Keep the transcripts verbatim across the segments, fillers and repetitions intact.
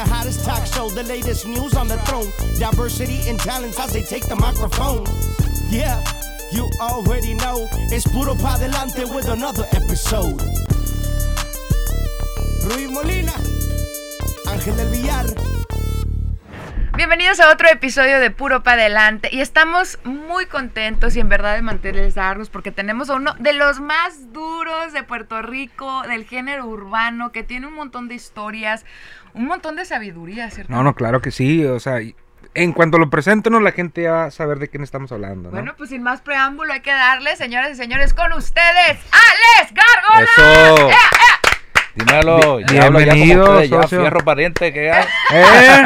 hottest talk show, the latest news on the throne. Diversity and talents as they take the microphone. Yeah, you already know. It's Puro Pa' Delante with another episode. Ruiz Molina, Ángel del Villar. Bienvenidos a otro episodio de Puro Pa' Delante y estamos muy contentos y en verdad de mantenerles porque tenemos a uno de los más duros de Puerto Rico, del género urbano, que tiene un montón de historias, un montón de sabiduría, ¿cierto? No, no, claro que sí, o sea, en cuanto lo presento, no, la gente ya va a saber de quién estamos hablando, ¿no? Bueno, pues sin más preámbulo hay que darle, señoras y señores, con ustedes, ¡Alex Gárgola! ¡Eso! ¡Eh, eh! Dímelo, bienvenido, ya, socio. Fierro pariente que hay. Eh,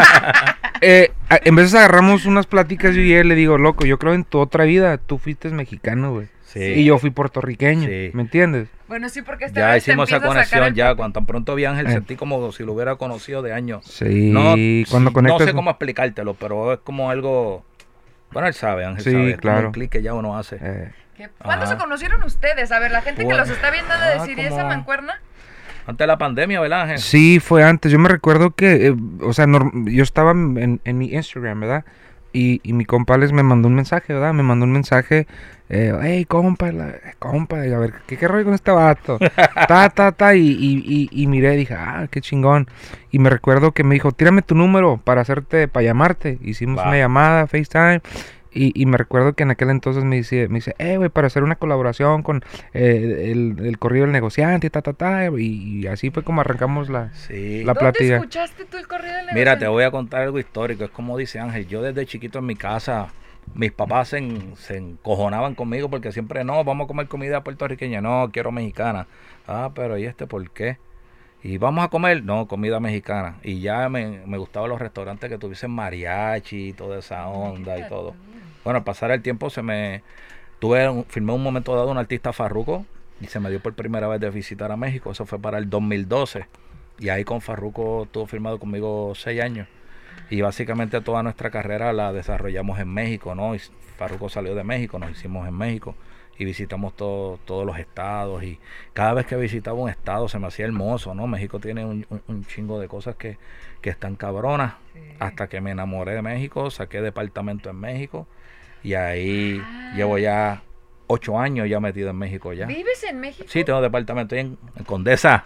eh, en vez de agarramos unas pláticas yo y él le digo, loco, yo creo en tu otra vida tú fuiste mexicano, güey. Sí. Y yo fui puertorriqueño, Sí. ¿me entiendes? Bueno, sí, porque esta Ya vez te hicimos esa empiezo a sacar conexión, el ya, topic. cuando tan pronto vi a Ángel Eh. sentí como si lo hubiera conocido de años. Sí, No, cuando conectas... no sé cómo explicártelo, pero es como algo... Bueno, él sabe, Ángel Sí, sabe, es claro. como un clic que ya uno hace. Eh, ¿Qué? ¿Cuándo Ajá. se conocieron ustedes? A ver, la gente que Bueno, los está viendo ha de ah, decir, ¿y esa como- mancuerna? Antes de la pandemia, ¿verdad, Ángel? sí, fue antes, yo me recuerdo que, eh, o sea, norm- yo estaba en, en mi Instagram, ¿verdad? Y, y mi compa les me mandó un mensaje, ¿verdad? Me mandó un mensaje, eh, hey, compa, la, compa, y a ver, ¿qué, qué rollo con este vato? ta, ta, ta, y, y, y, y miré, dije, ah, qué chingón. Y me recuerdo que me dijo, tírame tu número para hacerte, para llamarte. Hicimos Va. una llamada, FaceTime. Y, y me recuerdo que en aquel entonces me dice, me dice, eh, güey, para hacer una colaboración con eh, el, el corrido del negociante y ta, ta, ta. Y, y así fue como arrancamos la, Sí. la ¿Dónde plática. escuchaste tú el corrido del Mira, negociante? te voy a contar algo histórico. Es como dice Ángel, yo desde chiquito en mi casa, mis papás se, en- se encojonaban conmigo porque siempre, no, vamos a comer comida puertorriqueña, no, quiero mexicana. Ah, pero ¿y este por qué? Y vamos a comer, no, comida mexicana. Y ya me, me gustaban los restaurantes que tuviesen mariachi y toda esa onda y todo. Bueno, al pasar el tiempo se me... Tuve, un- filmé un momento dado un artista Farruko y se me dio por primera vez de visitar a México. Eso fue para el dos mil doce. Y ahí con Farruko estuvo firmado conmigo seis años. Y básicamente toda nuestra carrera la desarrollamos en México, ¿no? Y Farruko salió de México, nos hicimos en México y visitamos todo, todos los estados. Y cada vez que visitaba un estado se me hacía hermoso, ¿no? México tiene un, un- un chingo de cosas que, que están cabronas. Sí. Hasta que me enamoré de México, saqué departamento en México. Y ahí Ah. llevo ya ocho años ya metido en México ya. ¿Vives en México? Sí, tengo departamento ahí en, en Condesa.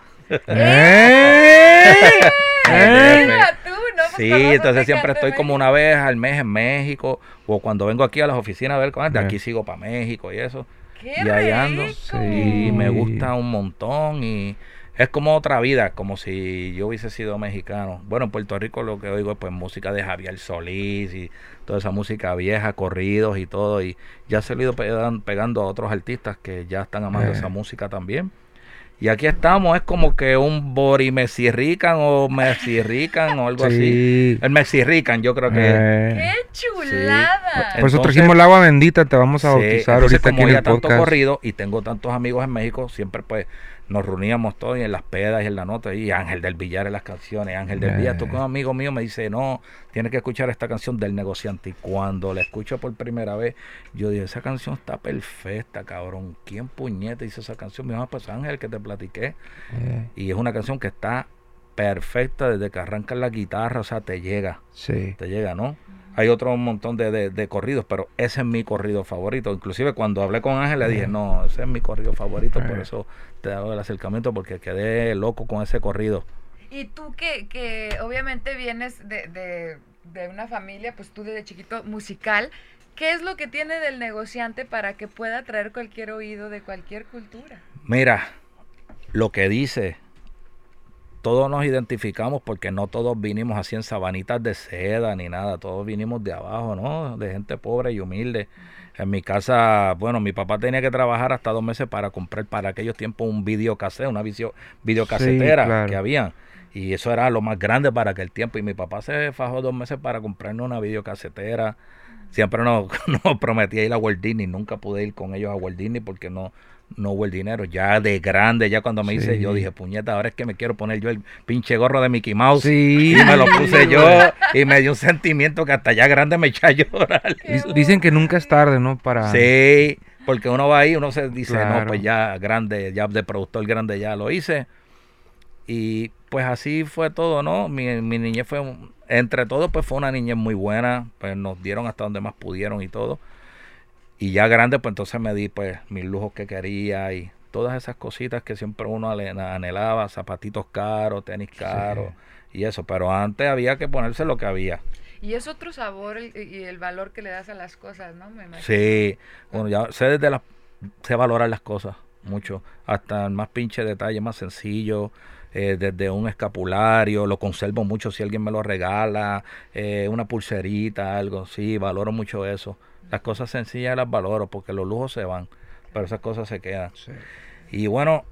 ¡Eh! Eh, Mira tú, ¿no? Pues Sí, con razón entonces te siempre encanta estoy como México. una vez al mes en México, o cuando vengo aquí a las oficinas a ver con él, de Eh. aquí sigo para México y eso. ¡Qué Y ahí ando. rico! Sí. Y me gusta un montón y es como otra vida, como si yo hubiese sido mexicano. Bueno, en Puerto Rico lo que oigo es pues música de Javier Solís y toda esa música vieja, corridos y todo. Y ya se lo he ido pegan- pegando a otros artistas que ya están amando Eh. esa música también. Y aquí estamos, es como que un Bori Mexirrican o Mexirrican o algo así. Sí. El Mexirrican, yo creo que es. Eh, ¡Qué chulada! Sí. Por eso Entonces- trajimos el agua bendita, te vamos a Sí, bautizar entonces, ahorita aquí como en ya el tanto podcast. corrido y tengo tantos amigos en México, siempre pues nos reuníamos todos y en las pedas y en la nota y Ángel del Villar en las canciones. Ángel del Eh. Villar, tú con un amigo mío me dice, no, tienes que escuchar esta canción del negociante. Y cuando la escucho por primera vez, yo dije, esa canción está perfecta, cabrón. ¿Quién puñeta hizo esa canción? Me dijo, ah, pues Ángel, que te platiqué. Eh, Y es una canción que está perfecta desde que arranca la guitarra, o sea, te llega. sí. Te llega, ¿no? Hay otro montón de, de, de corridos, pero ese es mi corrido favorito. Inclusive cuando hablé con Ángel le dije, no, ese es mi corrido favorito, por Eh. eso te hago el acercamiento, porque quedé loco con ese corrido. Y tú que, que obviamente vienes de, de, de una familia, pues tú desde chiquito musical, ¿qué es lo que tiene del negociante para que pueda atraer cualquier oído de cualquier cultura? Mira, lo que dice, todos nos identificamos porque no todos vinimos así en sabanitas de seda ni nada, todos vinimos de abajo, ¿no? De gente pobre y humilde. En mi casa, bueno, mi papá tenía que trabajar hasta dos meses para comprar para aquellos tiempos un videocassette, una vicio- videocasetera Sí, claro. que habían. Y eso era lo más grande para aquel tiempo. Y mi papá se fajó dos meses para comprarnos una videocasetera. Siempre nos, nos prometía ir a Walt Disney. Nunca pude ir con ellos a Walt Disney porque no, no hubo el dinero. Ya de grande, ya cuando me hice, Sí. yo dije, puñeta, ahora es que me quiero poner yo el pinche gorro de Mickey Mouse. Sí. Y me lo puse yo y me dio un sentimiento que hasta ya grande me echa a llorar. Dic- Dicen que nunca es tarde, ¿no? Para... Sí, porque uno va ahí, uno se dice, Claro. no, pues ya grande, ya de productor grande ya lo hice. Y pues así fue todo, ¿no? Mi, mi niñez fue, un- entre todo, pues fue una niñez muy buena, pues nos dieron hasta donde más pudieron y todo. Y ya grande, pues entonces me di pues mis lujos que quería y todas esas cositas que siempre uno ale- anhelaba, zapatitos caros, tenis caros y eso. Pero antes había que ponerse lo que había. Y es otro sabor el- y el valor que le das a las cosas, ¿no? Me imagino. Sí, bueno, ya sé desde las, sé valorar las cosas mucho, hasta el más pinche detalle, más sencillo, eh, desde un escapulario, lo conservo mucho si alguien me lo regala, eh, una pulserita, algo, sí, valoro mucho eso. Las cosas sencillas las valoro porque los lujos se van, pero esas cosas se quedan. Sí. Y bueno,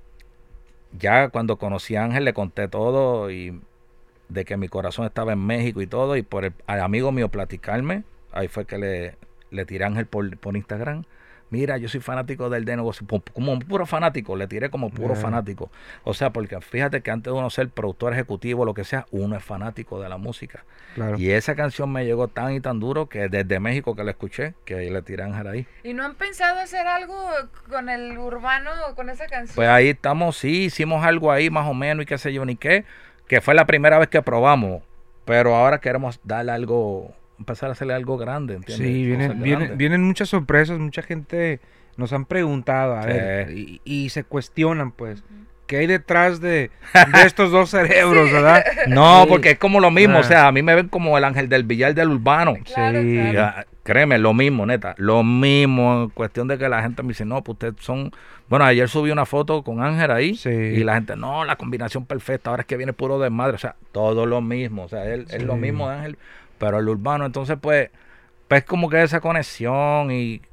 ya cuando conocí a Ángel le conté todo y de que mi corazón estaba en México y todo, y por el al amigo mío platicarme, ahí fue que le, le tiré a Ángel por, por Instagram. Mira, yo soy fanático del de negocio, pu- como puro fanático, le tiré como puro Ya. fanático. O sea, porque fíjate que antes de uno ser productor ejecutivo, lo que sea, uno es fanático de la música. Claro. Y esa canción me llegó tan y tan duro que desde México que la escuché, que le tiré a Ángel ahí. ¿Y no han pensado hacer algo con el urbano, con esa canción? Pues ahí estamos, sí, hicimos algo ahí más o menos y qué sé yo ni qué, que fue la primera vez que probamos, pero ahora queremos darle algo, empezar a hacerle algo grande, ¿entiendes? Sí, vienen, Cosas vienen, grandes. vienen muchas sorpresas, mucha gente nos han preguntado, a Sí. ver, y, y se cuestionan, pues, ¿qué hay detrás de, de estos dos cerebros, verdad? No, Sí. porque es como lo mismo, Ah. o sea, a mí me ven como el ángel del billar del urbano. Claro, Sí. claro. Ya, créeme, lo mismo, neta, lo mismo, en cuestión de que la gente me dice, no, pues ustedes son, bueno, ayer subí una foto con Ángel ahí, Sí. y la gente, no, la combinación perfecta, ahora es que viene puro desmadre, o sea, todo lo mismo, o sea, él, es lo Sí. mismo de Ángel, pero el urbano, entonces pues, pues como que esa conexión y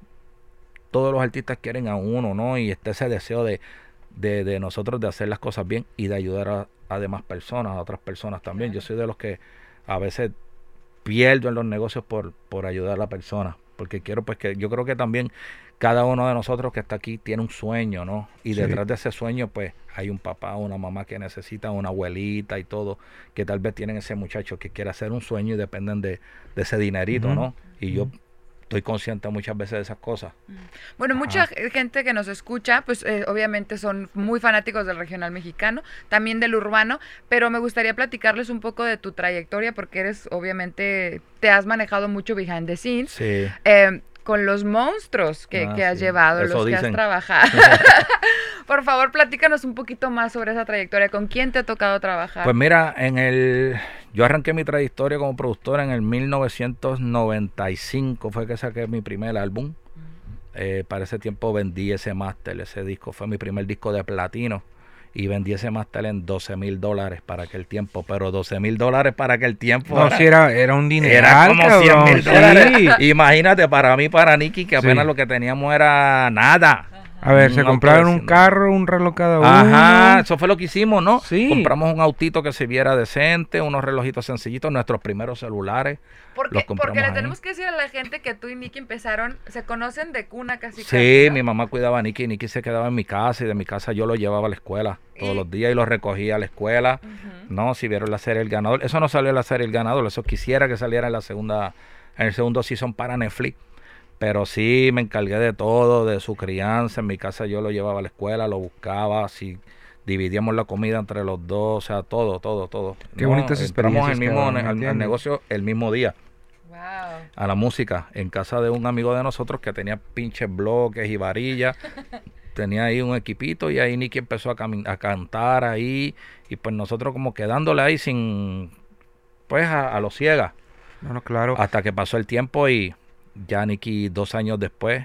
todos los artistas quieren a uno, ¿no? Y está ese deseo de, de, de nosotros de hacer las cosas bien y de ayudar a, a demás personas, a otras personas también. Yo soy de los que a veces pierdo en los negocios por, por ayudar a la persona, porque quiero pues que yo creo que también cada uno de nosotros que está aquí tiene un sueño, ¿no? Y Sí. detrás de ese sueño pues hay un papá, una mamá que necesita, una abuelita y todo, que tal vez tienen ese muchacho que quiere hacer un sueño y dependen de, de ese dinerito, Ujú. ¿no? Y yo Ujú. estoy consciente muchas veces de esas cosas. Bueno, mucha Ajá. ge- gente que nos escucha, pues eh, obviamente son muy fanáticos del regional mexicano, también del urbano, pero me gustaría platicarles un poco de tu trayectoria porque eres, obviamente, te has manejado mucho behind the scenes, Sí. eh, con los monstruos que, Ah, que has sí. llevado, Eso los que has dicen. trabajado. Por favor, platícanos un poquito más sobre esa trayectoria, ¿con quién te ha tocado trabajar? Pues mira, en el yo arranqué mi trayectoria como productor en el mil novecientos noventa y cinco, fue que saqué mi primer álbum. Eh, para ese tiempo vendí ese máster, ese disco fue mi primer disco de platino y vendí ese máster en doce mil dólares para aquel tiempo, pero doce mil dólares para aquel tiempo No, era, si era, era un dinero. era como cien mil dólares. Sí. Imagínate, para mí, para Nicky, que apenas Sí. lo que teníamos era nada. A ver, se Un compraron auto un vecino. carro, un reloj cada uno. Ajá, eso fue lo que hicimos, ¿no? Sí. Compramos un autito que se viera decente, unos relojitos sencillitos, nuestros primeros celulares. Porque, los compramos porque le ahí. tenemos que decir a la gente que tú y Nicky empezaron, se conocen de cuna casi Sí, casi, ¿no? mi mamá cuidaba a Nicky, Nicky se quedaba en mi casa y de mi casa yo lo llevaba a la escuela todos Y- los días y lo recogía a la escuela. Ujú. No, si vieron la serie El Ganador, eso no salió en la serie El Ganador, eso quisiera que saliera en la segunda, en el segundo season para Netflix. Pero sí me encargué de todo, de su crianza. En mi casa yo lo llevaba a la escuela, lo buscaba, si dividíamos la comida entre los dos, o sea, todo, todo, todo. Qué bonitas entramos experiencias el mismo, quedaron, ¿me al- al entiendes? negocio el mismo día. Wow. A la música en casa de un amigo de nosotros que tenía pinches bloques y varillas. Tenía ahí un equipito y ahí Nicky empezó a, cami- a cantar ahí y pues nosotros como quedándole ahí sin, pues a, a lo ciega. No, no, claro. Hasta que pasó el tiempo y ya Nicky dos años después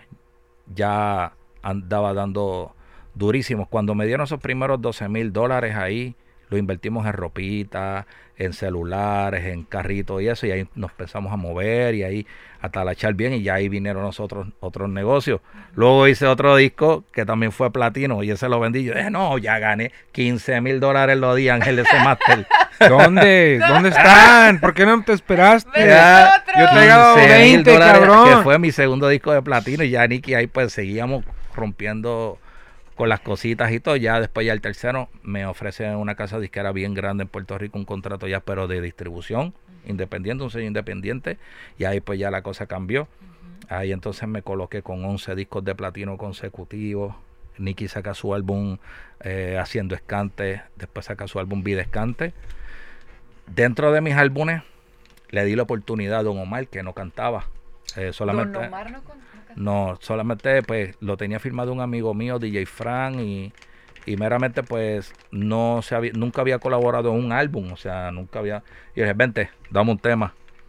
ya andaba dando durísimos. Cuando me dieron esos primeros doce mil dólares ahí, lo invertimos en ropita, en celulares, en carritos y eso, y ahí nos empezamos a mover y ahí a talachar bien y ya ahí vinieron nosotros otros negocios. Luego hice otro disco que también fue platino y ese lo vendí. Yo dije, no, ya gané quince mil dólares los días, Ángel, de ese máster. ¿Dónde? ¿Dónde están? ¿Por qué no te esperaste? Ven Ya, otro. Yo te he dado quince mil veinte, dólares, cabrón. que fue mi segundo disco de platino y ya Nicky ahí pues seguíamos rompiendo con las cositas y todo. Ya después ya el tercero me ofrece una casa disquera bien grande en Puerto Rico, un contrato ya pero de distribución independiente, un sello independiente, y ahí pues ya la cosa cambió. Ahí entonces me coloqué con once discos de platino consecutivos Nicky saca su álbum eh, Haciendo Escante, después saca su álbum Vida Escante. Dentro de mis álbumes le di la oportunidad a Don Omar, que no cantaba. Eh, solamente, Don Omar no, con, no cantaba. No, solamente pues lo tenía firmado un amigo mío, D J Fran, y, y meramente pues no se había, nunca había colaborado en un álbum, o sea, nunca había... Y dije, vente, dame un tema.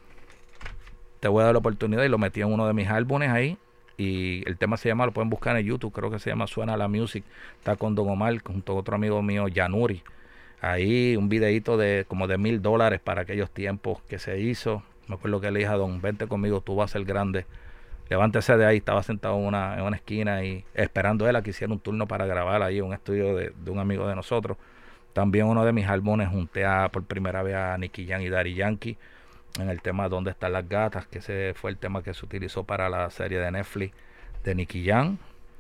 Te voy a dar la oportunidad, y lo metí en uno de mis álbumes ahí. Y el tema se llama, lo pueden buscar en YouTube, creo que se llama Suena la Music. Está con Don Omar, junto a otro amigo mío, Yanuri. Ahí un videíto de como de mil dólares para aquellos tiempos que se hizo. Me acuerdo que le dije a Don, vente conmigo, tú vas a ser grande. Levántese de ahí, estaba sentado en una, en una esquina y esperando él a que hiciera un turno para grabar ahí en un estudio de, de un amigo de nosotros. También uno de mis álbumes junté a, por primera vez a Nicky Jam y Daddy Yankee en el tema ¿Dónde están las gatas?, que ese fue el tema que se utilizó para la serie de Netflix de Nicky Jam.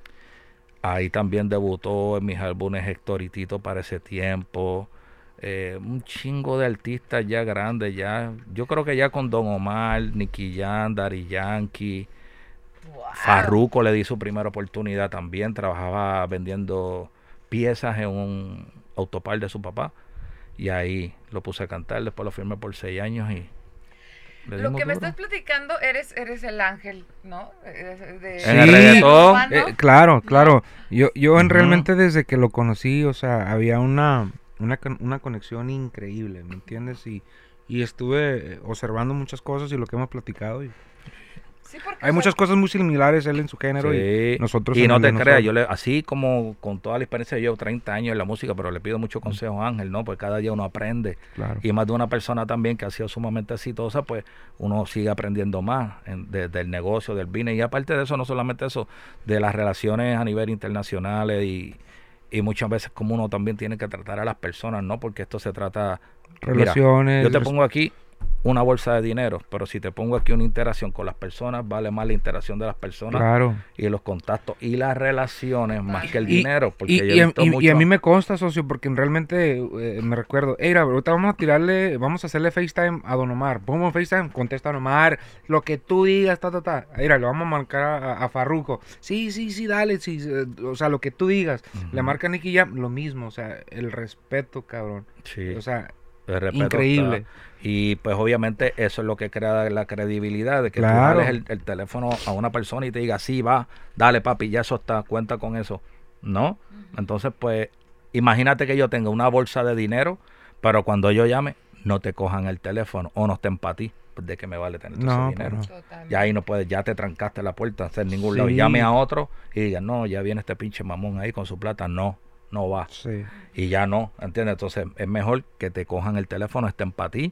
Ahí también debutó en mis álbumes Héctor y Tito para ese tiempo. Eh, un chingo de artistas ya grandes, ya. Yo creo que ya con Don Omar, Nicky Jam, Daddy Yankee, Wow. Farruko le di su primera oportunidad también. Trabajaba vendiendo piezas en un autopar de su papá. Y ahí lo puse a cantar, después lo firmé por seis años y... Lo que me estás platicando, eres eres el ángel, ¿no? De, de, Sí, en el reggaetón. Eh, claro, claro. Yo, yo en Ujú. realmente desde que lo conocí, o sea, había una, una, con- una conexión increíble, ¿me entiendes? Y, y estuve eh, observando muchas cosas y lo que hemos platicado. Y Sí, porque, hay o sea, muchas cosas muy similares él en su género Sí. y nosotros Y en no el de te creas, nosotros. yo le, así como con toda la experiencia, yo llevo treinta años en la música, pero le pido mucho consejo a Ángel, ¿no? Porque cada día uno aprende. Claro. Y más de una persona también que ha sido sumamente exitosa, pues uno sigue aprendiendo más en- de- del negocio, del business. Y aparte de eso, no solamente eso, de las relaciones a nivel internacionales y, y muchas veces como uno también tiene que tratar a las personas, ¿no? Porque esto se trata... Mira, Relaciones. yo te res- pongo aquí una bolsa de dinero, pero si te pongo aquí una interacción con las personas, vale más la interacción de las personas Claro. y los contactos y las relaciones más que el Y- dinero, porque Y, yo y he a- visto y- y mucho... a mí me consta, socio, porque realmente eh, me recuerdo, hey, ahorita vamos a tirarle, vamos a hacerle FaceTime a Don Omar. Pongo FaceTime, contesta Don Omar, lo que tú digas, ta, ta, ta. Mira, le vamos a marcar a, a Farruko. Sí, sí, sí, dale, sí, eh, o sea, lo que tú digas. Le marca a Nicky Jam, lo mismo, o sea, el respeto, cabrón. Sí. O sea, El respeto increíble. está. Y pues obviamente eso es lo que crea la credibilidad de que Claro. tú dales el, el teléfono a una persona y te diga, sí, va, dale papi, ya eso está, cuenta con eso. ¿No? Entonces pues imagínate que yo tenga una bolsa de dinero, pero cuando yo llame no te cojan el teléfono o no estén para ti. Pues, ¿de qué me vale tener todo No, ese dinero? pues totalmente. Ya ahí no puedes, ya te trancaste la puerta a hacer ningún lado. Sí. Llame a otro y diga, no, ya viene este pinche mamón ahí con su plata. No, no va. sí. Y ya no, ¿entiendes? Entonces es mejor que te cojan el teléfono, estén para ti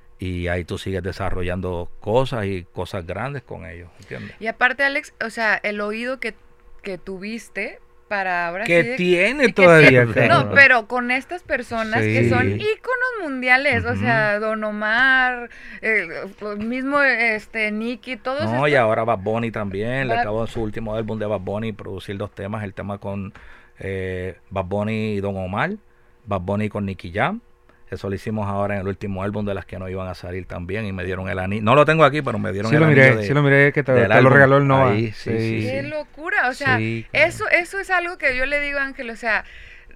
y ahí tú sigues desarrollando cosas y cosas grandes con ellos, ¿entiendes? Y aparte, Alex, o sea, el oído que, que tuviste para ahora Que sí de- tiene y que todavía, tiene- cabrón. No, pero con estas personas que Sí. son íconos mundiales, o Ujú. sea, Don Omar, eh, el mismo este Nicky, todos No, y estos- ahora Bad Bunny también, le Bad- acabó en su último álbum de Bad Bunny producir dos temas, el tema con eh, Bad Bunny y Don Omar, Bad Bunny con Nicky Jam. Eso lo hicimos ahora en el último álbum de las que no iban a salir también y me dieron el anillo. No lo tengo aquí, pero me dieron Sí el lo anillo miré, de- sí lo miré que te, del te lo álbum. regaló el Nova. Ahí, sí, sí, sí. Qué locura, o sea, Sí, claro. eso eso es algo que yo le digo a Ángel, o sea,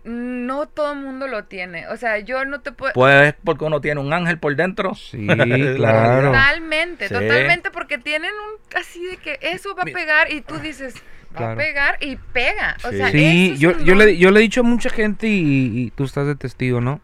no todo el mundo lo tiene, o sea, yo no te puedo... Pues es porque uno tiene un ángel por dentro. Sí, La claro. Totalmente, Sí. totalmente, porque tienen un así de que eso va a pegar y tú dices, va Claro. a pegar y pega. O Sí. sea, Sí, eso es yo, un yo, don. le, yo le he dicho a mucha gente y, y tú estás de testigo, ¿no?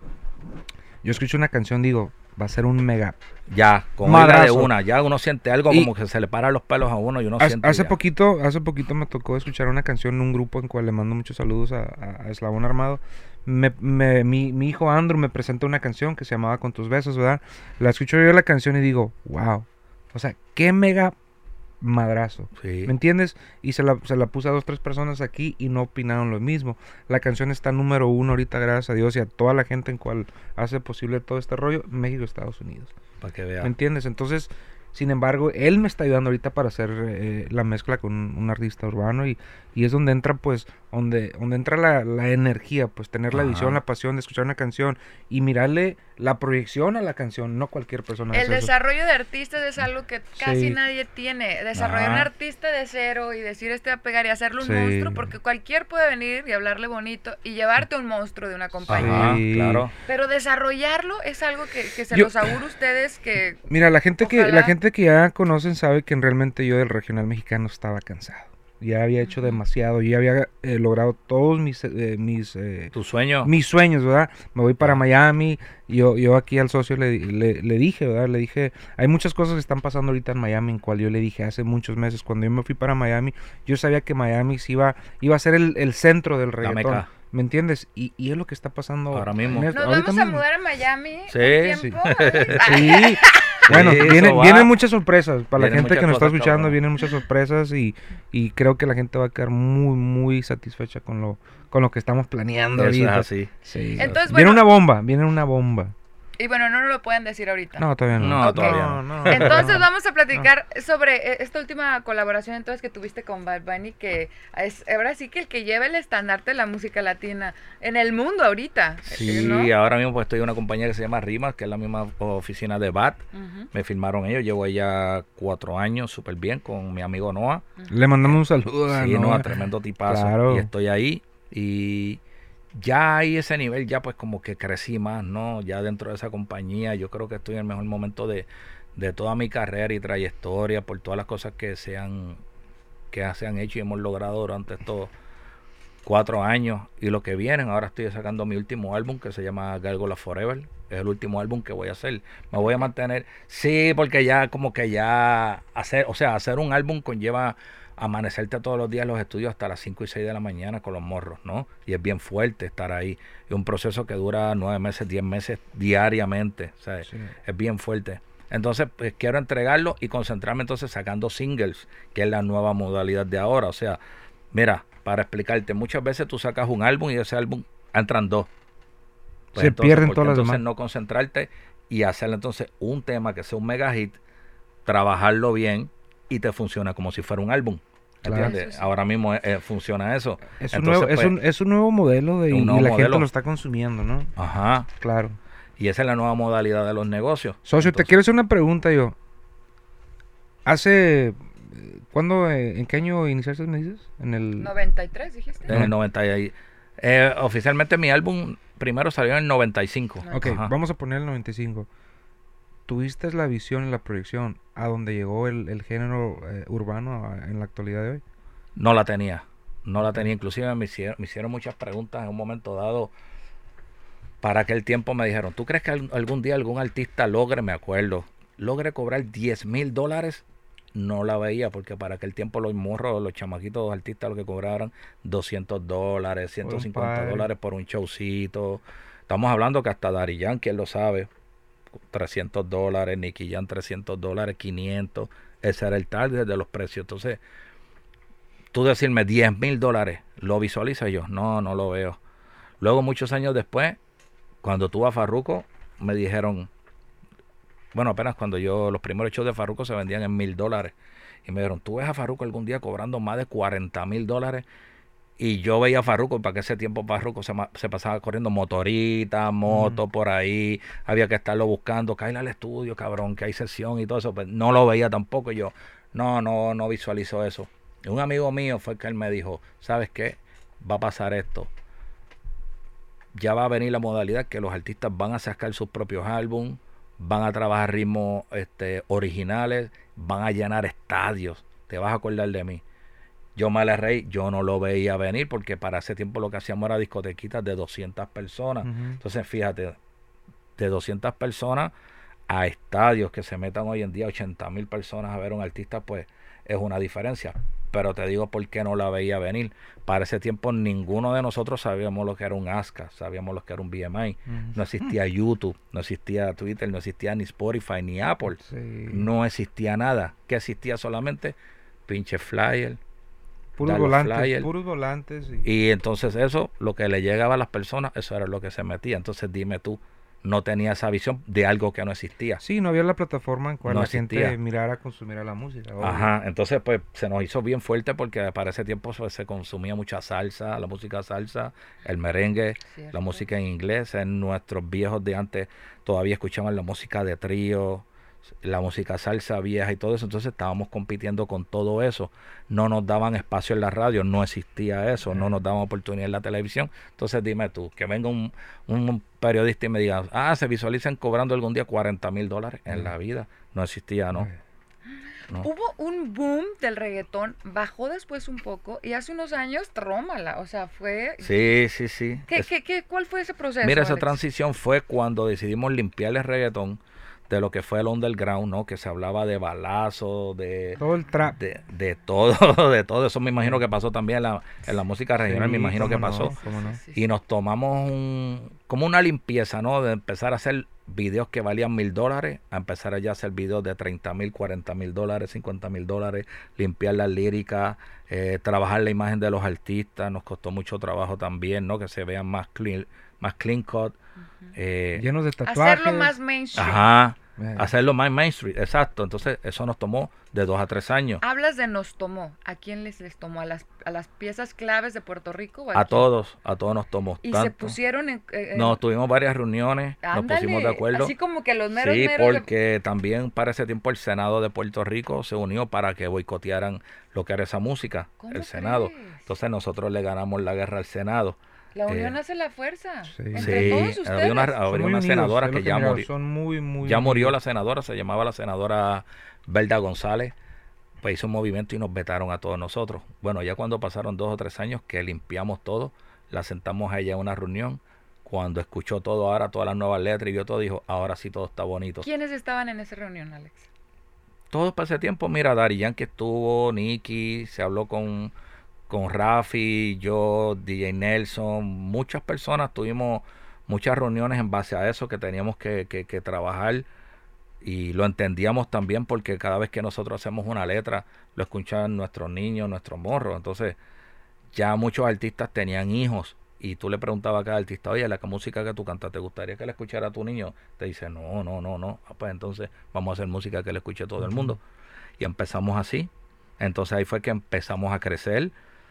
Yo escucho una canción, digo, va a ser un mega. Ya, con oírla de Madrazo. una, ya uno siente algo Y- como que se le paran los pelos a uno y uno Hace, siente hace ya. poquito, hace poquito me tocó escuchar una canción en un grupo en cual le mando muchos saludos a, a- a Eslabón Armado. Me, me- mi, mi hijo Andrew me presenta una canción que se llamaba Con tus besos, ¿verdad? La escucho yo la canción y digo, wow. O sea, qué mega madrazo. Sí. ¿Me entiendes? Y se la, se la puse a dos, tres personas aquí y no opinaron lo mismo. La canción está número uno ahorita, gracias a Dios y a toda la gente en cual hace posible todo este rollo, México, Estados Unidos. Para que ¿Me vea. entiendes? Entonces, sin embargo, él me está ayudando ahorita para hacer eh, la mezcla con un, un artista urbano y, y es donde entra pues donde, donde entra la, la energía, pues tener la Ajá. visión, la pasión de escuchar una canción y mirarle la proyección a la canción, no cualquier persona El hace eso. desarrollo de artistas es algo que casi Sí. nadie tiene. Desarrollar Ajá. un artista de cero y decir este va a pegar y hacerle un Sí. monstruo, porque cualquier puede venir y hablarle bonito y llevarte un monstruo de una compañía. Ajá, Sí. claro. Pero desarrollarlo es algo que, que se Yo- los auguro a ustedes que... Mira, la gente que Ojalá. la gente que ya conocen sabe que realmente yo del regional mexicano estaba cansado. Ya había hecho Ujú. demasiado, yo ya había eh, logrado todos mis eh, mis eh, Tu sueño. mis sueños, ¿verdad? Me voy para Ah. Miami. Yo yo aquí al socio le, le, le dije, ¿verdad? Le dije, hay muchas cosas que están pasando ahorita en Miami, en cual yo le dije hace muchos meses, cuando yo me fui para Miami, yo sabía que Miami se iba, iba a ser el, el centro del reggaetón. meca. ¿Me entiendes? Y, y es lo que está pasando Ahora mismo. en esto- Nos ahorita vamos a mismo. mudar a Miami Sí, un sí. tiempo. Ay, Sí. Bueno, Sí, eso vienen, va. vienen muchas sorpresas. Para la Vienen gente que muchas nos está cosas, escuchando, cabrón. vienen muchas sorpresas y, y creo que la gente va a quedar muy, muy satisfecha con lo, con lo que estamos planeando Eso es ahorita. así. Sí. Entonces, viene bueno- una bomba, viene una bomba. Y bueno, no nos lo pueden decir ahorita. No, todavía no. No, Ok. todavía no. Entonces vamos a platicar sobre eh, esta última colaboración entonces que tuviste con Bad Bunny, que es ahora sí que el que lleva el estandarte de la música latina en el mundo ahorita. Sí, ¿no? ahora mismo pues estoy en una compañía que se llama Rimas, que es la misma oficina de B A T. Ujú. Me firmaron ellos, llevo ya cuatro años súper bien con mi amigo Noah. Le mandamos un saludo a Sí, Noah. Noah, tremendo tipazo. Claro. Y estoy ahí y ya ahí ese nivel, ya pues como que crecí más, ¿no? Ya dentro de esa compañía, yo creo que estoy en el mejor momento de, de toda mi carrera y trayectoria, por todas las cosas que se han, que se han hecho y hemos logrado durante estos cuatro años y lo que vienen. Ahora estoy sacando mi último álbum que se llama Gárgola Forever. Es el último álbum que voy a hacer. Me voy a mantener, sí, porque ya como que ya hacer, o sea, hacer un álbum conlleva amanecerte todos los días en los estudios hasta las cinco y seis de la mañana con los morros, ¿no? Y es bien fuerte estar ahí. Es un proceso que dura nueve meses, diez meses diariamente, o sea, Sí. es bien fuerte. Entonces, pues quiero entregarlo y concentrarme entonces sacando singles, que es la nueva modalidad de ahora. O sea, mira, para explicarte, muchas veces tú sacas un álbum y ese álbum entran dos. Se pierden ¿por qué todas las entonces demás. no concentrarte y hacerle entonces un tema que sea un mega hit, trabajarlo bien y te funciona como si fuera un álbum? Claro. ¿Entiendes? Eso sí. Ahora mismo eh, funciona eso. Es un, Entonces, nuevo, es, pues, un, es un nuevo modelo de, un y nuevo la gente modelo. lo está consumiendo, ¿no? Ajá. Claro. Y esa es la nueva modalidad de los negocios. Socio, te Entonces, quiero hacer una pregunta yo. Hace... ¿Cuándo, eh, en qué año iniciaste, me dices? En el... noventa y tres dijiste. En el noventa y ahí. Eh, oficialmente mi álbum primero salió en el noventa y cinco. Ok, Ajá. vamos a poner el noventa y cinco. ¿Tuviste la visión y la proyección a donde llegó el, el género eh, urbano a- en la actualidad de hoy? No la tenía. No la tenía. Inclusive me hicieron, me hicieron muchas preguntas en un momento dado. Para aquel tiempo me dijeron, ¿tú crees que al- algún día algún artista logre, me acuerdo, logre cobrar diez mil dólares? No la veía porque para aquel tiempo los morros, los chamaquitos, los artistas lo que cobraban doscientos dólares, ciento cincuenta party. dólares por un showcito. Estamos hablando que hasta Daddy Yankee, él lo sabe, trescientos dólares, Nicky Jam trescientos dólares, quinientos. Ese era el target de los precios. Entonces, tú decirme diez mil dólares, ¿lo visualizo yo? No, no lo veo. Luego, muchos años después, cuando tuve a Farruko, me dijeron, bueno, apenas cuando yo, los primeros shows de Farruko se vendían en mil dólares. Y me dijeron, ¿tú ves a Farruko algún día cobrando más de cuarenta mil dólares? Y yo veía a Farruko, y para que ese tiempo Farruko se, ma- se pasaba corriendo motorita, moto por ahí, había que estarlo buscando, cae al estudio, cabrón, que hay sesión y todo eso. Pues no lo veía tampoco. Y yo, no, no, no visualizo eso. Y un amigo mío fue el que él me dijo, ¿sabes qué? Va a pasar esto. Ya va a venir la modalidad que los artistas van a sacar sus propios álbumes, van a trabajar ritmos este, originales, van a llenar estadios. Te vas a acordar de mí. Yo Mala Rey, yo no lo veía venir porque para ese tiempo lo que hacíamos era discotequitas de doscientas personas. Ujú. Entonces, fíjate, de doscientas personas a estadios que se metan hoy en día ochenta mil personas a ver a un artista, pues es una diferencia. Pero te digo por qué no la veía venir. Para ese tiempo ninguno de nosotros sabíamos lo que era un ASCA, sabíamos lo que era un B M I. Ujú. No existía YouTube, no existía Twitter, no existía ni Spotify, ni Apple. Sí. No existía nada. Que existía solamente pinche flyer. Puros dar los volantes, flyers. puros volantes. Y... Y entonces eso, lo que le llegaba a las personas, eso era lo que se metía. Entonces dime tú, no tenía esa visión de algo que no existía. Sí, no había la plataforma en cual No la existía. gente mirara, consumiera la música. obvio. Ajá, entonces pues se nos hizo bien fuerte porque para ese tiempo pues, se consumía mucha salsa, la música salsa, el merengue, Cierto. la música en inglés. En nuestros viejos de antes todavía escuchaban la música de trío, la música salsa vieja y todo eso. Entonces estábamos compitiendo con todo eso. No nos daban espacio en la radio, no existía eso, no nos daban oportunidad en la televisión. Entonces dime tú, que venga un, un periodista y me diga, ah, se visualizan cobrando algún día cuarenta mil dólares. En la vida no existía, ¿no? No. Hubo un boom del reggaetón, bajó después un poco y hace unos años, trómala, o sea, fue... Sí, sí, sí. ¿Qué, Es- qué, qué, ¿Cuál fue ese proceso? Mira, esa Alex? transición fue cuando decidimos limpiar el reggaetón de lo que fue el underground, ¿no? Que se hablaba de balazos, de, Todo el trap. de, de todo, de todo. Eso me imagino que pasó también en la, en la música regional, me Sí, imagino que cómo no, pasó. cómo no. Sí, sí. Y nos tomamos un, como una limpieza, ¿no? De empezar a hacer videos que valían mil dólares, a empezar ya a hacer videos de treinta mil, cuarenta mil dólares, cincuenta mil dólares, limpiar las líricas, eh, trabajar la imagen de los artistas. Nos costó mucho trabajo también, ¿no? Que se vean más clean, más clean cut. eh, Llenos de tatuajes. Hacerlo más mainstream. Ajá. Eh, Hacerlo más mainstream, exacto. Entonces, eso nos tomó de dos a tres años. Hablas de nos tomó. ¿A quién les, les tomó? ¿A las, a las piezas claves de Puerto Rico? o A quién? todos, a todos nos tomó. Y se tanto. pusieron en... en- No, tuvimos varias reuniones, ándale, nos pusimos de acuerdo. Así como que los meros Sí, meros de- porque también para ese tiempo el Senado de Puerto Rico se unió para que boicotearan lo que era esa música, ¿Cómo el Senado. crees? Entonces nosotros le ganamos la guerra al Senado. La unión eh, hace la fuerza. sí. Entre Sí, todos ustedes. había una, son había muy una unidos, senadora es lo que ya mira, murió. Son muy, muy Ya murió la unidos. senadora, se llamaba la senadora Belda González, pues hizo un movimiento y nos vetaron a todos nosotros. Bueno, ya cuando pasaron dos o tres años que limpiamos todo, la sentamos a ella en una reunión, cuando escuchó todo ahora, todas las nuevas letras y vio todo, dijo, ahora sí todo está bonito. ¿Quiénes estaban en esa reunión, Alex? Todo para ese tiempo, mira, Daddy Yankee estuvo, Nicky, se habló con, con Rafi, yo, D J Nelson, muchas personas, tuvimos muchas reuniones en base a eso que teníamos que, que, que trabajar y lo entendíamos también porque cada vez que nosotros hacemos una letra, lo escuchan nuestros niños, nuestros morros, entonces ya muchos artistas tenían hijos y tú le preguntabas a cada artista, oye, la música que tú cantas, ¿te gustaría que la escuchara a tu niño? Te dice, no, no, no, no. Ah, pues entonces vamos a hacer música que le escuche todo el mundo. Y empezamos así. Entonces ahí fue que empezamos a crecer.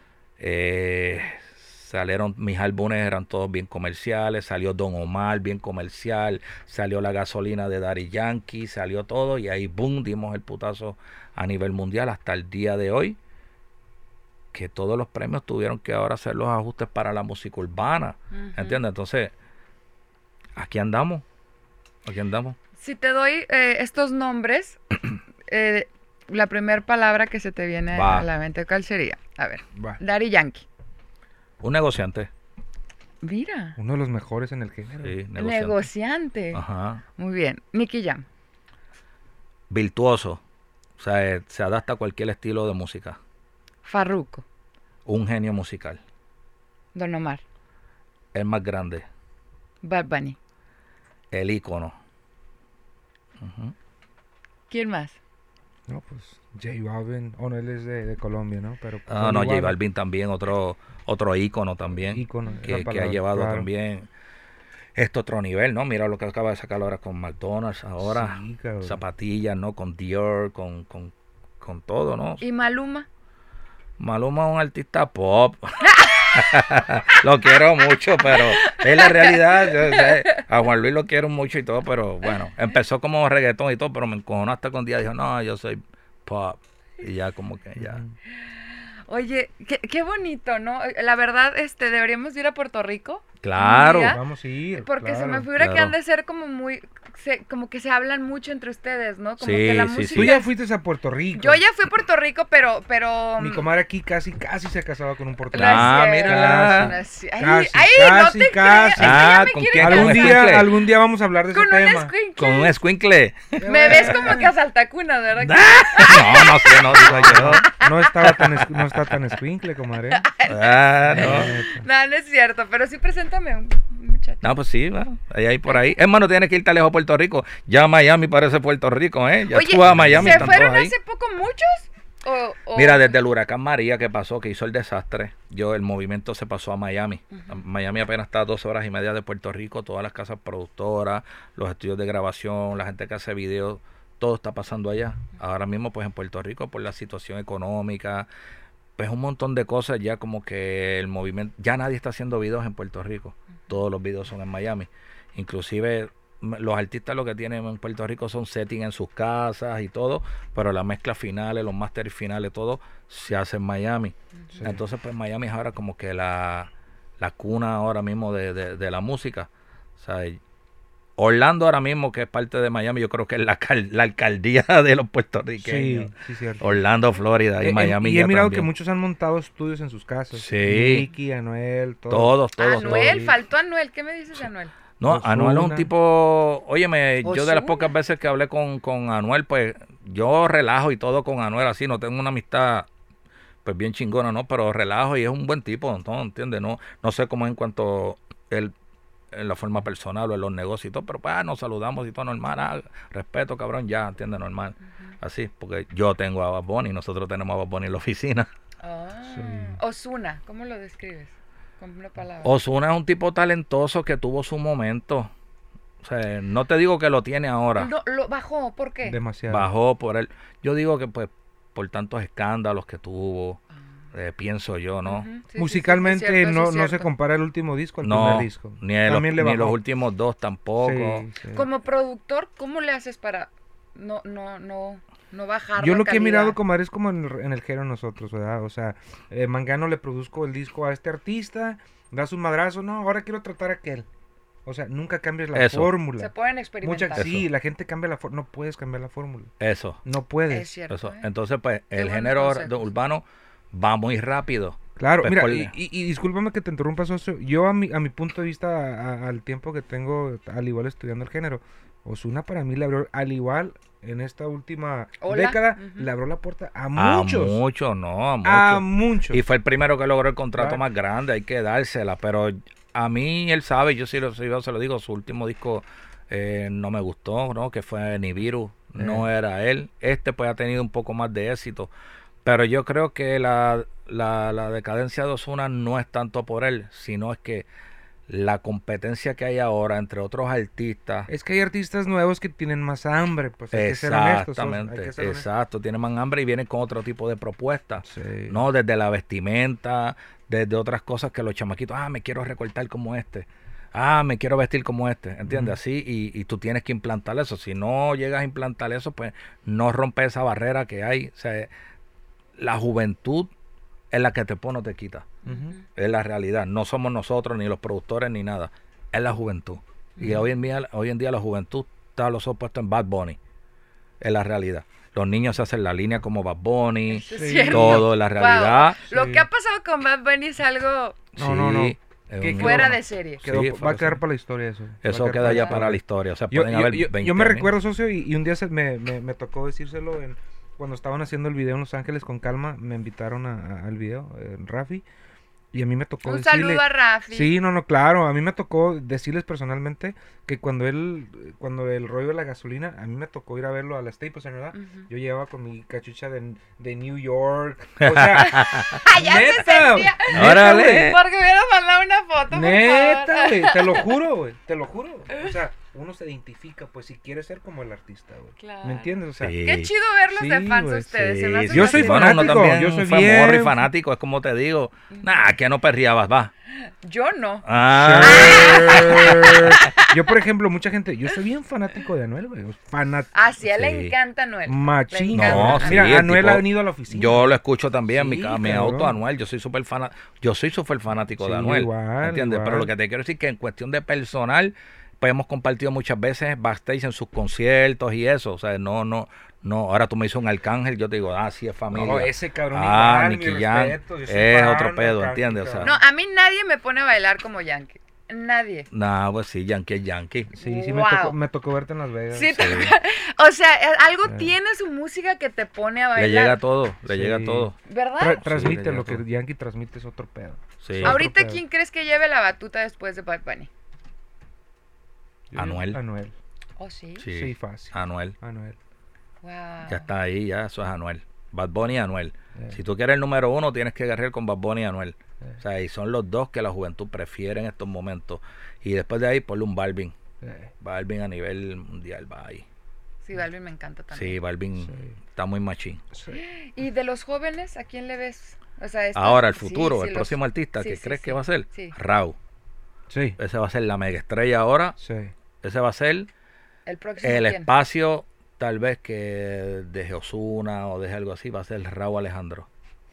Eh, salieron, mis álbumes eran todos bien comerciales. Salió Don Omar, bien comercial. Salió La Gasolina de Daddy Yankee. Salió todo y ahí, boom, dimos el putazo a nivel mundial hasta el día de hoy. Que todos los premios tuvieron que ahora hacer los ajustes para la música urbana. Ujú. ¿Entiendes? Entonces, aquí andamos. Aquí andamos. Si te doy eh, estos nombres, eh, la primera palabra que se te viene Va. a la mente, ¿cuál sería? A ver, Va. Daddy Yankee. Un negociante. Mira, Uno de los mejores en el género. Sí, negociante. negociante. Ajá. Muy bien. Nicky Jam. Virtuoso. O sea, eh, se adapta a cualquier estilo de música. Farruko. Un genio musical. Don Omar. El más grande. Bad Bunny. El ícono. Ujú. ¿Quién más? No, pues J Balvin. Oh, no, él es de, de Colombia, ¿no? Pero pues, Ah, no, J igual, Balvin también, otro otro ícono también. ícono, es la que, que ha palabra, llevado claro. también esto a otro nivel, ¿no? Mira lo que acaba de sacar ahora con McDonald's ahora. Sí, cabrón. Zapatillas, ¿no? Con Dior, con, con, con todo, ¿no? ¿Y Maluma? Maluma es un artista pop. Lo quiero mucho, pero es la realidad. Yo sé, a Juan Luis lo quiero mucho y todo, pero bueno, empezó como reggaetón y todo, pero me encojonó hasta con día. Dijo, no, yo soy pop. Y ya como que ya. Oye, qué, qué bonito, ¿no? La verdad, este, deberíamos ir a Puerto Rico. Claro. ¿Ya? Vamos a ir. Porque se me claro. figura que claro. han de ser como muy, se- como que se hablan mucho entre ustedes, ¿no? Como Sí, que la sí, música... sí. Tú ya fuiste a Puerto Rico. Yo ya fui a Puerto Rico, pero, pero... Mi mm, comadre aquí casi, casi se casaba con un no es puertorriqueño. Ah, cierto, mírala. no es cier- Ay, Casi, ay, casi, no te casi. creas, es que ya Ah, me ¿con quiere quién? casar. Algún ¿Con día, escuincle? algún día vamos a hablar de ese Con un tema. escuincle. Con un escuincle. Me ves como que a saltacunas, ¿verdad? No, no sé, no digo yo. No estaba tan, es- no está tan escuincle, comadre. Ah, no. No, no es cierto, pero sí preséntame un muchacho. No, pues sí, va. Ahí, ahí por ahí. Es más, no tienes que irte lejos a Puerto Rico. Ya Miami parece Puerto Rico, ¿eh? Ya Oye, tú vas a Miami. ¿se están fueron todos ahí. hace poco muchos? O, o- Mira, desde el huracán María que pasó, que hizo el desastre, yo el movimiento se pasó a Miami. Ujú. Miami apenas está a dos horas y media de Puerto Rico, todas las casas productoras, los estudios de grabación, la gente que hace videos, todo está pasando allá. Ahora mismo, pues en Puerto Rico, por la situación económica, pues un montón de cosas ya como que el movimiento, ya nadie está haciendo videos en Puerto Rico, todos los videos son en Miami. Inclusive m- los artistas lo que tienen en Puerto Rico son setting en sus casas y todo, pero las mezclas finales, los máster finales, todo se hace en Miami. Sí. Entonces pues Miami es ahora como que la, la cuna ahora mismo de, de, de la música. O sea, y Orlando ahora mismo, que es parte de Miami, yo creo que es la, cal- la alcaldía de los puertorriqueños. Sí, sí, cierto. Orlando, Florida y Eh, eh, Miami. y ya he mirado también. que muchos han montado estudios en sus casas. Sí. Nicky, Anuel, todo. Todos, todos, Anuel, todos. faltó Anuel. ¿Qué me dices de Anuel? No, Ozuna. Anuel es un tipo, óyeme, yo de las Ozuna. pocas veces que hablé con, con Anuel, pues yo relajo y todo con Anuel así, no tengo una amistad pues bien chingona, ¿no? Pero relajo y es un buen tipo, ¿no? ¿Entiendes? No, no sé cómo es en cuanto él, en la forma personal o en los negocios y todo, pero pues ah, nos saludamos y todo normal, ah, respeto, cabrón, ya, ¿entiendes? Normal, así, porque yo tengo a Bad Bunny, nosotros tenemos a Bad Bunny en la oficina. Ah, Sí. Ozuna, ¿cómo lo describes? Con una palabra. Ozuna es un tipo talentoso que tuvo su momento, o sea, no te digo que lo tiene ahora. No, lo bajó, ¿por qué? Demasiado. Bajó por él. Yo digo que pues por tantos escándalos que tuvo, eh, pienso yo, ¿no? Ujú, sí, sí, sí, Musicalmente es cierto, eso no, es no se cierto. compara el último disco al No, primer disco. ni, el- También le ni bajó. los últimos dos tampoco. Sí, sí. Como productor, ¿cómo le haces para no, no, no, no bajar Yo la lo que he calidad? mirado, comadre, es como en el, en el género nosotros, ¿verdad? O sea, eh, Mangano le produzco el disco a este artista, das un madrazo, no, ahora quiero tratar a aquel. O sea, nunca cambies la Eso. Se fórmula. pueden Mucha, experimentar. sí, Eso. la gente cambia la fórmula, no puedes cambiar la fórmula. Eso, No puedes. Es cierto. eso. ¿eh? Entonces pues Qué el buenos género consejos. de- urbano va muy rápido. Claro, Pues, mira, por- y, y, y discúlpame que te interrumpa, socio. Yo, a mi, a mi punto de vista, a- a- al tiempo que tengo, al igual estudiando el género, Ozuna para mí le abrió, al igual en esta última Hola. década, Ujú. le abrió la puerta a A muchos. muchos, no, a muchos. A muchos. Y fue el primero que logró el contrato Claro. más grande, hay que dársela, pero a mí él sabe, yo sí lo, sí, yo se lo digo, su último disco eh, no me gustó, ¿no? Que fue Nibiru, no Eh. era él. Este pues ha tenido un poco más de éxito, pero yo creo que la, la, la decadencia de Ozuna no es tanto por él, sino es que la competencia que hay ahora entre otros artistas. Es que hay artistas nuevos que tienen más hambre, pues hay que ser honestos. socio, hay Exactamente, que ser honestos. exacto, tienen más hambre y vienen con otro tipo de propuestas. Sí. No, desde la vestimenta, desde otras cosas que los chamaquitos, ah, me quiero recortar como este, ah, me quiero vestir como este, ¿entiendes? Ujú. Así, y, y tú tienes que implantar eso. Si no llegas a implantar eso, pues no rompes esa barrera que hay. O sea, la juventud es la que te pone o te quita. Ujú. Es la realidad. No somos nosotros, ni los productores, ni nada. Es la juventud. Y hoy en día, hoy en día la juventud está a los ojos puestos en Bad Bunny. Es la realidad. Los niños se hacen la línea como Bad Bunny, Eso es Sí. cierto. todo, la realidad. Wow. Lo Sí. que ha pasado con Bad Bunny es algo No, no, no. Sí, es ¿Qué- un- qué- fuera no. de serie. Quedó- Sí, va a fue quedar así. para la historia eso. Va a Eso quedar queda la ya historia. para la historia. O sea, Yo, pueden yo- haber yo- veinte yo me años. recuerdo, socio, y, y un día se me, me, me tocó decírselo en, cuando estaban haciendo el video en Los Ángeles con Calma, me invitaron a- a- al video, eh, Rafi, y a mí me tocó Un decirle... saludo a Rafi. Sí, no, no, claro, a mí me tocó decirles personalmente que cuando él, cuando el rollo de la gasolina, a mí me tocó ir a verlo a la Staples Center, ¿verdad? Ujú. Yo llevaba con mi cachucha de, de New York, o sea, Ah, ya se neta, sentía. neta, Órale. güey. Porque hubieras mandado una foto, por Neta, favor. güey, te lo juro, güey, te lo juro. O sea, uno se identifica, pues, si quiere ser como el artista, güey. Claro. ¿Me entiendes? O sea, Sí. Qué chido verlos Sí, de fans güey, ustedes. se me Sí, hace sí, Yo una soy sí. chida. Bueno, uno fanático, también yo soy fue bien- morro y fanático, es como te digo. Nah, que no perreabas, va. Yo no. Ah, yo, por ejemplo, mucha gente, yo soy bien fanático de Anuel, güey. Fanático. Ah, sí, a él le Sí. encanta Noel. Machín. Le No, encanta. sí, Mira, el Anuel tipo- ha venido a la oficina. yo lo escucho también, mi, Sí, ca- mi cabrón. auto Anuel, yo soy súper fan, yo soy súper fanático de Sí, Anuel, igual, ¿entiendes? igual. Pero lo que te quiero decir es que en cuestión de personal, pues hemos compartido muchas veces backstage en sus conciertos y eso, o sea, no, no, no, ahora tú me dices un Arcángel, yo te digo, ah, sí es familia. No, ese cabrón Ah, igual, Nicky mi Jam, respeto, yo soy es fan otro de pedo, Arcángel, ¿entiendes? O sea, cabrón. No, a mí nadie me pone a bailar como Yankee. Nadie. nah, pues sí, Yankee es Yankee. Sí, sí, me, Wow. tocó, me tocó verte en Las Vegas. Sí, te- Sí. O sea, eh, algo Sí. tiene su música que te pone a Le bailar. llega todo, le Sí. llega todo. ¿Verdad? Tra- Sí, transmite le lo llega que todo. Yankee transmite es otro pedo. Sí. Ahorita- Ahorita, pedo. ¿quién crees que lleve la batuta después de Bad Bunny? Yo- Anuel. Oh, sí. Sí, Sí, fácil. Anuel, Ah. Anuel. Wow. ya está ahí, ya, eso es Anuel. Bad Bunny y Anuel. Yeah. Si tú quieres el número uno, tienes que agarrar con Bad Bunny y Anuel. Yeah. O sea, y son los dos que la juventud prefiere en estos momentos. Y después de ahí, ponle un Balvin. Yeah. Balvin a nivel mundial va ahí. Sí, Balvin me encanta también. Sí, Balvin Sí. está muy machín. Sí. ¿Y de los jóvenes, a quién le ves? O sea, esta- Ahora, el sí, futuro, sí, el los- próximo artista sí, que sí, crees sí, que va a ser, sí. Rauw. Sí. Ese va a ser la mega estrella ahora. Sí. Ese va a ser El próximo el quién? espacio, tal vez que deje Ozuna o deje algo así, va a ser Rauw Alejandro.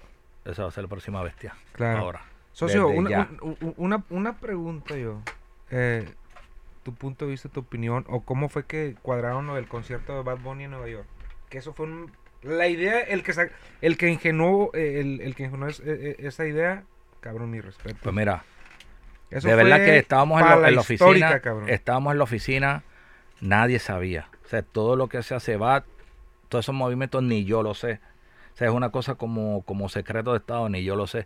Esa va a ser la próxima bestia. Claro. Ahora. Socio, desde una, ya. un- un- una, una pregunta yo. Eh, tu punto de vista, tu opinión, o cómo fue que cuadraron lo del concierto de Bad Bunny en Nueva York. Que eso fue un- la idea, el que sa- el que ingenuó, eh, el, el que ingenuó es- eh, eh, esa idea, cabrón, mi respeto. Pues mira, Eso de verdad fue que estábamos en, para lo- en la histórica, oficina, cabrón. estábamos en la oficina, nadie sabía. O sea, todo lo que se hace va, todos esos movimientos ni yo lo sé. O sea, es una cosa como, como secreto de Estado, ni yo lo sé.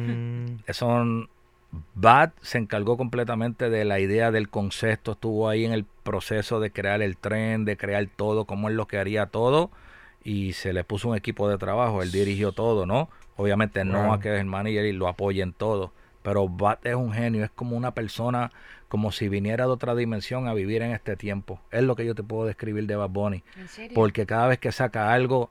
Mm, Eso, Bad se encargó completamente de la idea del concepto, estuvo ahí en el proceso de crear el tren, de crear todo, cómo él lo que haría todo, y se le puso un equipo de trabajo, él dirigió todo, ¿no? Obviamente no Wow. a que es el manager y lo apoye en todo, pero Bad es un genio, es como una persona, como si viniera de otra dimensión a vivir en este tiempo. Es lo que yo te puedo describir de Bad Bunny, ¿En serio? porque cada vez que saca algo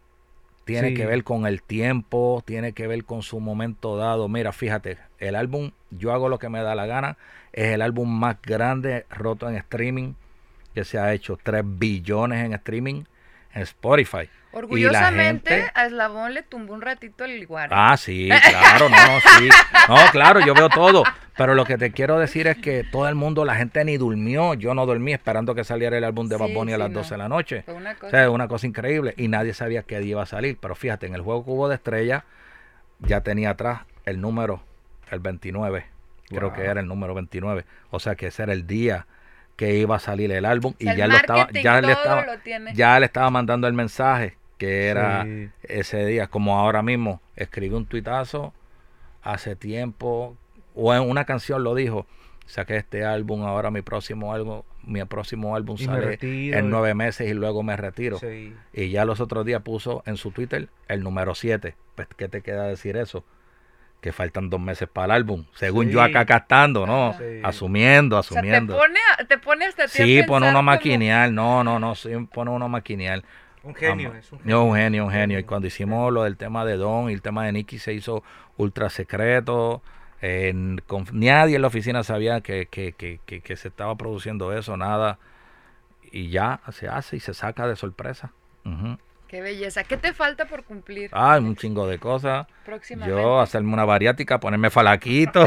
tiene Sí. que ver con el tiempo, tiene que ver con su momento dado. Mira, fíjate, el álbum Yo Hago Lo Que Me Da La Gana es el álbum más grande roto en streaming que se ha hecho. Tres billones en streaming en Spotify. Orgullosamente, gente- a Eslabón le tumbó un ratito el igual. Ah, sí, claro, no, no, sí. No, claro, yo veo todo. Pero lo que te quiero decir es que todo el mundo, la gente ni durmió. Yo no dormí esperando que saliera el álbum de Bad Sí, Bunny a sí, las no. doce de la noche. Fue una O cosa. sea, es una cosa increíble y nadie sabía qué día iba a salir. Pero fíjate, en el juego que hubo de estrella ya tenía atrás el número, el veintinueve. Creo Wow. que era el número veintinueve. O sea que ese era el día que iba a salir el álbum y O sea, el ya lo estaba, marketing, ya le todo estaba, lo tiene. ya le estaba mandando el mensaje que era Sí. ese día. Como ahora mismo escribí un tuitazo hace tiempo o en una canción lo dijo. Saqué este álbum, ahora mi próximo álbum, mi próximo álbum Y me sale retiro, en y- nueve meses y luego me retiro. Sí. Y ya los otros días puso en su Twitter el número siete. Pues, ¿qué te queda decir eso? Que faltan dos meses para el álbum. Según Sí. yo acá captando, ¿no? Ajá. Sí. O Asumiendo, sea, te asumiendo. pone, a- te pone hasta a ti a Sí, pensar pone uno a como- maquinear. No, no, no, sí, pone uno a maquinear. Un genio, Am- es un No, genio. un genio, un genio. Y cuando hicimos lo del tema de Don y el tema de Nicky se hizo ultra secreto. En- con- nadie en la oficina sabía que, que, que, que, que se estaba produciendo eso, nada. Y ya se hace y se saca de sorpresa. Ujú. Qué belleza. ¿Qué te falta por cumplir Ay, un chingo de cosas. próximamente? Yo hacerme una bariátrica, ponerme falaquito.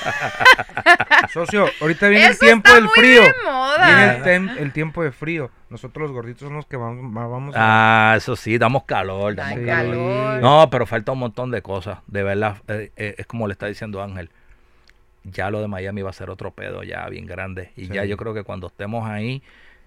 Socio, ahorita viene el Eso tiempo está del muy frío. de moda. Viene el, tem- el tiempo de frío. Nosotros los gorditos son los que vamos, más vamos a... Ah, eso sí, damos calor, damos Ay, calor. calor. No, pero falta un montón de cosas, de verdad. eh, eh, es como le está diciendo Ángel. Ya lo de Miami va a ser otro pedo ya bien grande. Y Sí. ya yo creo que cuando estemos ahí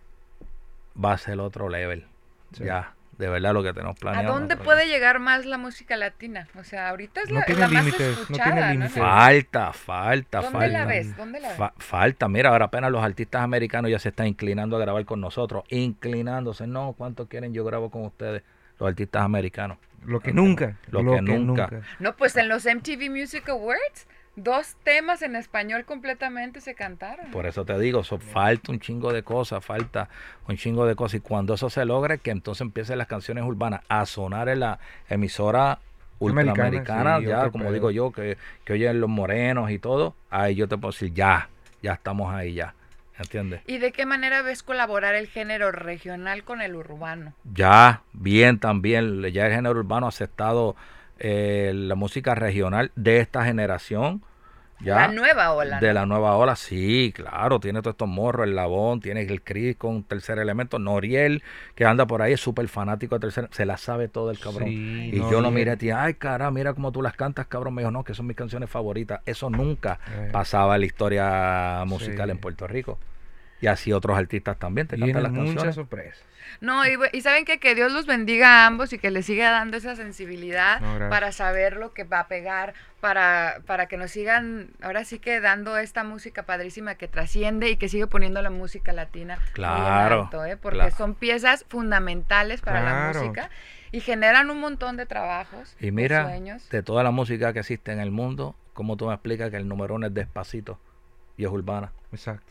va a ser otro level. Sí. Ya, de verdad lo que tenemos ¿A planeado. dónde nosotros. puede llegar más la música latina? O sea, ahorita es No la, tiene la más límites, no escuchada, tiene ¿no? límites. Falta, falta, ¿Dónde falta. la ves? ¿Dónde la ves? Fa- falta, mira, ahora apenas los artistas americanos ya se están inclinando a grabar con nosotros, inclinándose, no, ¿cuánto quieren? Yo grabo con ustedes, los artistas americanos. Lo que nunca. Lo que nunca. No, pues en los M T V Music Awards, dos temas en español completamente se cantaron. Por eso te digo, so, falta un chingo de cosas, falta un chingo de cosas, y cuando eso se logre, que entonces empiecen las canciones urbanas a sonar en la emisora ultraamericana, Americana, sí, ya, otro como pedo. digo yo, que, que oyen los morenos y todo, ahí yo te puedo decir, ya, ya estamos ahí, ya, ¿entiendes? ¿Y de qué manera ves colaborar el género regional con el urbano? Ya, bien también, ya el género urbano ha aceptado eh, la música regional de esta generación. Ya, La nueva ola. de ¿no? la nueva ola, sí, claro, tiene todos estos morros, el Labón, tiene el Cris con Tercer Elemento, Noriel, que anda por ahí, es súper fanático de Tercer, se la sabe todo el cabrón. Sí, y yo lo Noriel. miré a ti, ay, cara, mira cómo tú las cantas, cabrón. Me dijo, no, que son mis canciones favoritas. Eso nunca Eh. pasaba en la historia musical Sí. en Puerto Rico. Y así otros artistas también te Vienen cantan las muchas canciones. sorpresas. No, y, y saben que, que Dios los bendiga a ambos y que les siga dando esa sensibilidad No, gracias. para saber lo que va a pegar, para, para que nos sigan, ahora sí que dando esta música padrísima que trasciende y que sigue poniendo la música latina muy en Claro, alto, ¿eh? Porque claro. son piezas fundamentales para Claro. la música y generan un montón de trabajos, Y de mira, sueños. de toda la música que existe en el mundo, ¿cómo tú me explicas que el número uno es Despacito y es urbana? Exacto.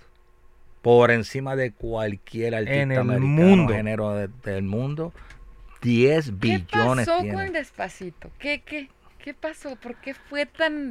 Por encima de cualquier artista En el americano, mundo. género de- del mundo, diez ¿Qué billones pasó tiene. con Despacito? ¿Qué, qué, qué pasó? ¿Por qué fue tan...?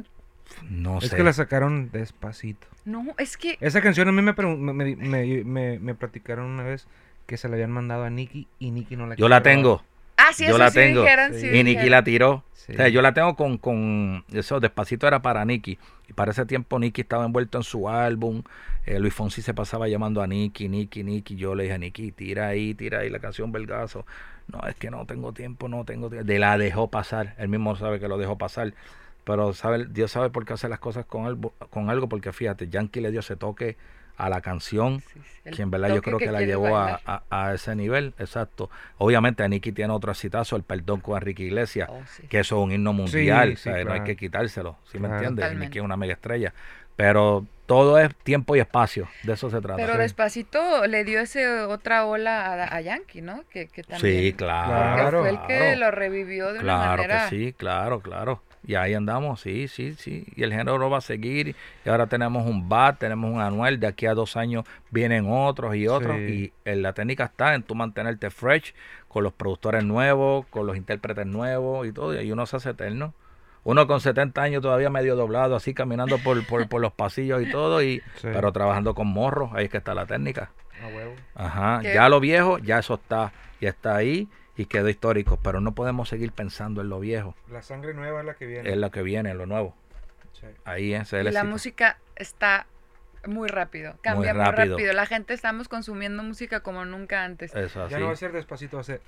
No Es sé. que la sacaron despacito. No, es que... Esa canción a mí me, pregun- me, me, me, me platicaron una vez que se la habían mandado a Nicky y Nicky no la Yo la quiso tengo. grabar. Ah, sí, Yo eso la sí tengo. dijeron, Sí. sí Y Nicky dijeron. la tiró. Sí. O sea, yo la tengo con, con eso, Despacito era para Nicky. Y para ese tiempo Nicky estaba envuelto en su álbum. Eh, Luis Fonsi se pasaba llamando a Nicky, Nicky, Nicky. Yo le dije a Nicky, tira ahí, tira ahí la canción Belgazo. No, es que no tengo tiempo, no tengo tiempo. De la dejó pasar. Él mismo sabe que lo dejó pasar. Pero sabe, Dios sabe por qué hace las cosas con, algo, con algo. Porque fíjate, Yankee le dio ese toque a la canción. Sí, sí, el Que en verdad yo toque creo que, la quiere llevó a, bailar. a- a ese nivel, exacto. Obviamente Nicky tiene otro citazo, el perdón con Enrique Iglesias, Oh, sí. que eso es un himno mundial, Sí, o sea, sí, no hay claro. que quitárselo, ¿sí me Claro. entiendes? Totalmente. Nicky es una mega estrella, pero todo es tiempo y espacio, de eso se trata. Pero Sí. Despacito le dio ese otra ola a, a Yankee, ¿no? Que, que también, Sí, claro. porque Claro, fue el que claro. lo revivió de una Claro manera... que sí, claro, claro. Y ahí andamos, sí, sí, sí. Y el género va a seguir. Y ahora tenemos un Bad, tenemos un Anuel. De aquí a dos años vienen otros y otros. Sí. Y en la técnica está en tú mantenerte fresh, con los productores nuevos, con los intérpretes nuevos y todo. Y ahí uno se hace eterno. Uno con setenta años todavía medio doblado, así caminando por, por, por los pasillos y todo. Y, Sí. Pero trabajando con morros, ahí es que está la técnica. A huevo. Ajá. ¿Qué? Ya lo viejo, ya eso está. Y está ahí y quedó histórico. Pero no podemos seguir pensando en lo viejo. La sangre nueva es la que viene. Es lo que viene, lo nuevo. Sí. Ahí es el Y la éxito. música está muy rápido, cambia muy rápido. rápido. La gente estamos consumiendo música como nunca antes. Eso así. Ya no va a ser despacito, va a ser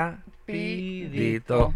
rapidito. Dito.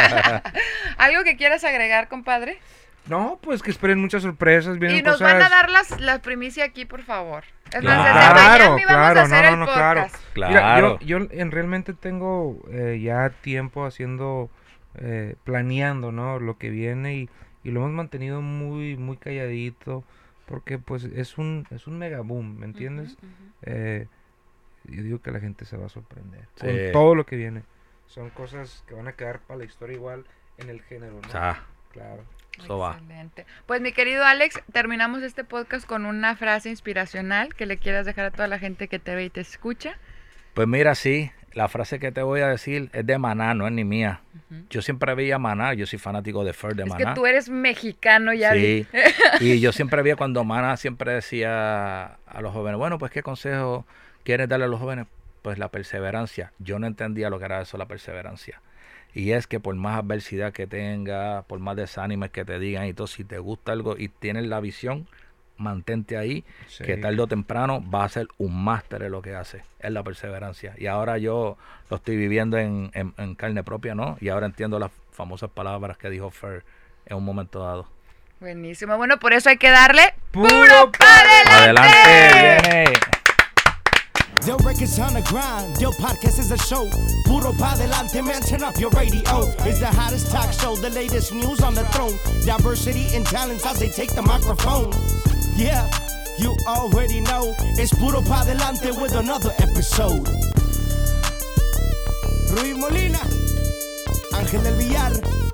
¿Algo que quieras agregar, compadre? No, pues que esperen muchas sorpresas, vienen Y nos cosas... van a dar las, las primicias aquí, por favor. Es Claro. más, desde Miami vamos Claro, a hacer no, el no, no, claro. podcast. Mira, Claro. yo, yo en realmente tengo eh, ya tiempo haciendo, eh, planeando, ¿no? Lo que viene y, y lo hemos mantenido muy, muy calladito porque pues es un, es un mega boom, ¿me entiendes? Ujú, ujú. Eh, yo digo que la gente se va a sorprender Sí. con todo lo que viene. Son cosas que van a quedar para la historia igual en el género, ¿no? O sea, Claro. eso va. Excelente. Pues mi querido Alex, terminamos este podcast con una frase inspiracional que le quieras dejar a toda la gente que te ve y te escucha. Pues mira, sí, la frase que te voy a decir es de Maná, no es ni mía. Ujú. Yo siempre veía Maná, yo soy fanático de Fer de Es Maná. que tú eres mexicano, ya vi. Sí, y yo siempre veía cuando Maná siempre decía a los jóvenes, bueno, pues ¿qué consejo quieres darle a los jóvenes? Pues la perseverancia. Yo no entendía lo que era eso, la perseverancia. Y es que por más adversidad que tenga, por más desánimos que te digan y todo, si te gusta algo y tienes la visión, mantente ahí, Sí. que tarde o temprano vas a ser un máster en lo que hace, es la perseverancia. Y ahora yo lo estoy viviendo en, en, en carne propia, ¿no? Y ahora entiendo las famosas palabras que dijo Fer en un momento dado. Buenísimo. Bueno, por eso hay que darle ¡Puro puro pa' para adelante. Adelante, viene. Your record's on the grind, your podcast is a show. Puro pa' delante, man, turn up your radio. It's the hottest talk show, the latest news on the throne. Diversity and talents as they take the microphone. Yeah, you already know. It's Puro pa' delante with another episode. Rui Molina, Ángel del Villar.